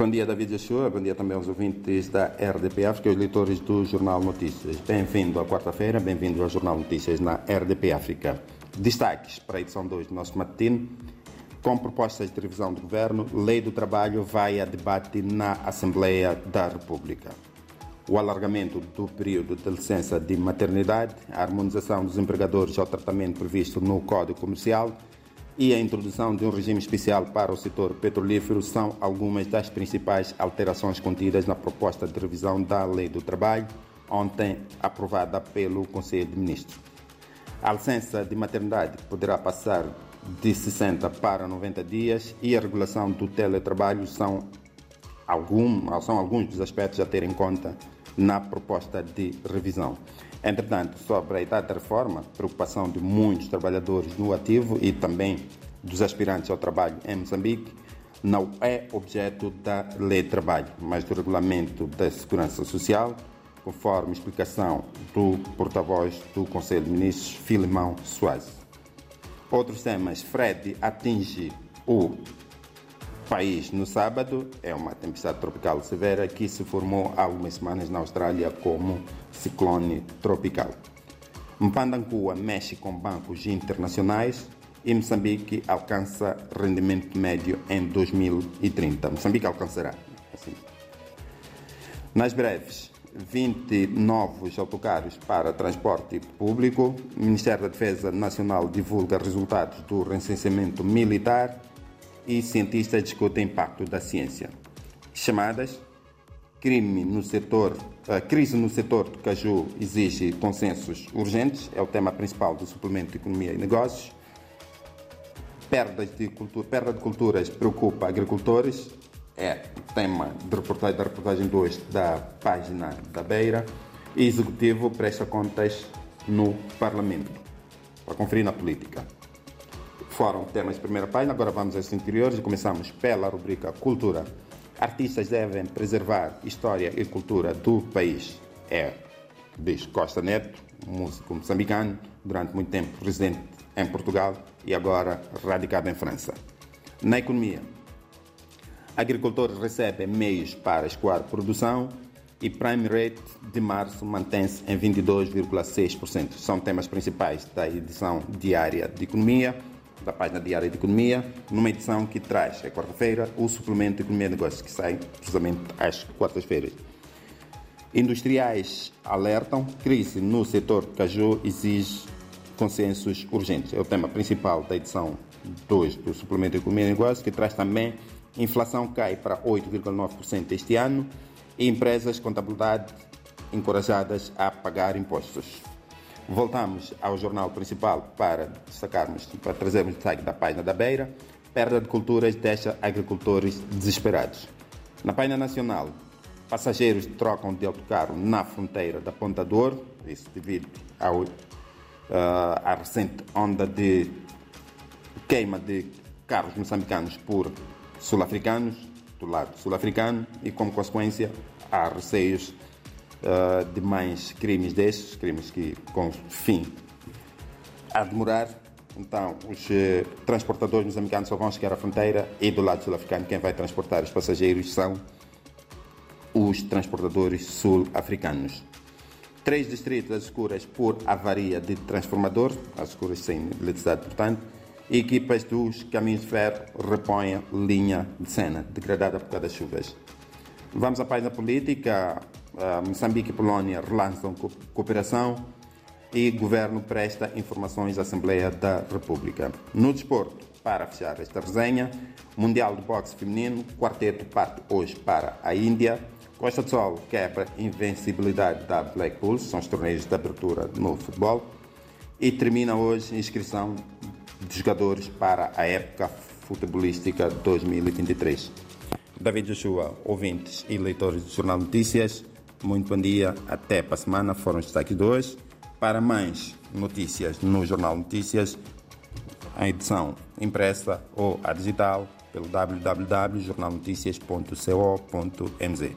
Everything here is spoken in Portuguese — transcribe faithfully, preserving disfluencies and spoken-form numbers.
Bom dia, David Joshua. Bom dia também aos ouvintes da R D P África e aos leitores do Jornal Notícias. Bem-vindo à quarta-feira, bem-vindo ao Jornal Notícias na R D P África. Destaques para a edição dois do nosso matutino. Com propostas de revisão do Governo, Lei do Trabalho vai a debate na Assembleia da República. O alargamento do período de licença de maternidade, a harmonização dos empregadores ao tratamento previsto no Código Comercial e a introdução de um regime especial para o setor petrolífero são algumas das principais alterações contidas na proposta de revisão da Lei do Trabalho, ontem aprovada pelo Conselho de Ministros. A licença de maternidade poderá passar de sessenta para noventa dias e a regulação do teletrabalho são, algum, são alguns dos aspectos a ter em conta na proposta de revisão. Entretanto, sobre a idade da reforma, preocupação de muitos trabalhadores no ativo e também dos aspirantes ao trabalho em Moçambique não é objeto da Lei de Trabalho, mas do Regulamento da Segurança Social, conforme explicação do porta-voz do Conselho de Ministros, Filimão Soares. Outros temas. Fred atinge o país no sábado. É uma tempestade tropical severa que se formou há algumas semanas na Austrália como ciclone tropical. Mpandancua mexe com bancos internacionais e Moçambique alcança rendimento médio em dois mil e trinta. Moçambique alcançará. Assim. Nas breves, vinte novos autocarros para transporte público. O Ministério da Defesa Nacional divulga resultados do recenseamento militar e cientistas discutem impacto da ciência. Chamadas: crime no setor, a crise no setor do caju exige consensos urgentes, é o tema principal do suplemento de Economia e Negócios. Perdas de cultura, perda de culturas preocupa agricultores, é o tema de reportagem, da reportagem dois da página da Beira. E Executivo presta contas no Parlamento, para conferir na política. Foram temas de primeira página, agora vamos aos interiores e começamos pela rubrica Cultura. Artistas devem preservar história e cultura do país. É, diz Costa Neto, músico moçambicano, durante muito tempo residente em Portugal e agora radicado em França. Na economia, agricultores recebem meios para escoar produção e Prime Rate de março mantém-se em vinte e dois vírgula seis por cento. São temas principais da edição diária de Economia, da página diária de Economia, numa edição que traz, é quarta-feira, o suplemento de Economia e Negócios, que sai precisamente às quartas-feiras. Industriais alertam, crise no setor do caju exige consensos urgentes. É o tema principal da edição dois do suplemento de Economia e Negócios, que traz também inflação cai para oito vírgula nove por cento este ano e empresas de contabilidade encorajadas a pagar impostos. Voltamos ao jornal principal para destacarmos, para trazermos destaque da página da Beira. Perda de culturas deixa agricultores desesperados. Na página nacional, passageiros trocam de autocarro na fronteira da Ponta do Ouro, isso devido ao, uh, à recente onda de queima de carros moçambicanos por sul-africanos, do lado sul-africano, e como consequência há receios Uh, de mais crimes destes, crimes que com fim a demorar. Então os uh, transportadores moçambicanos só vão chegar à fronteira e do lado sul-africano quem vai transportar os passageiros são os transportadores sul-africanos. Três distritos às escuras por avaria de transformador, às escuras sem eletricidade, portanto, e equipas dos caminhos de ferro repõem linha de Sena, degradada por causa das chuvas. Vamos à página política. Uh, Moçambique e Polónia relançam co- cooperação e governo presta informações à Assembleia da República. No desporto, para fechar esta resenha, Mundial de Boxe Feminino, quarteto parte hoje para a Índia. Costa do Sol quebra invencibilidade da Black Bulls, são os torneios de abertura no futebol. E termina hoje a inscrição de jogadores para a época futebolística dois mil e vinte e três. David Joshua, ouvintes e leitores do Jornal Notícias, muito bom dia, até para a semana, foram os destaques de hoje. Para mais notícias no Jornal Notícias, a edição impressa ou a digital, pelo w w w ponto jornal noticias ponto co ponto m z.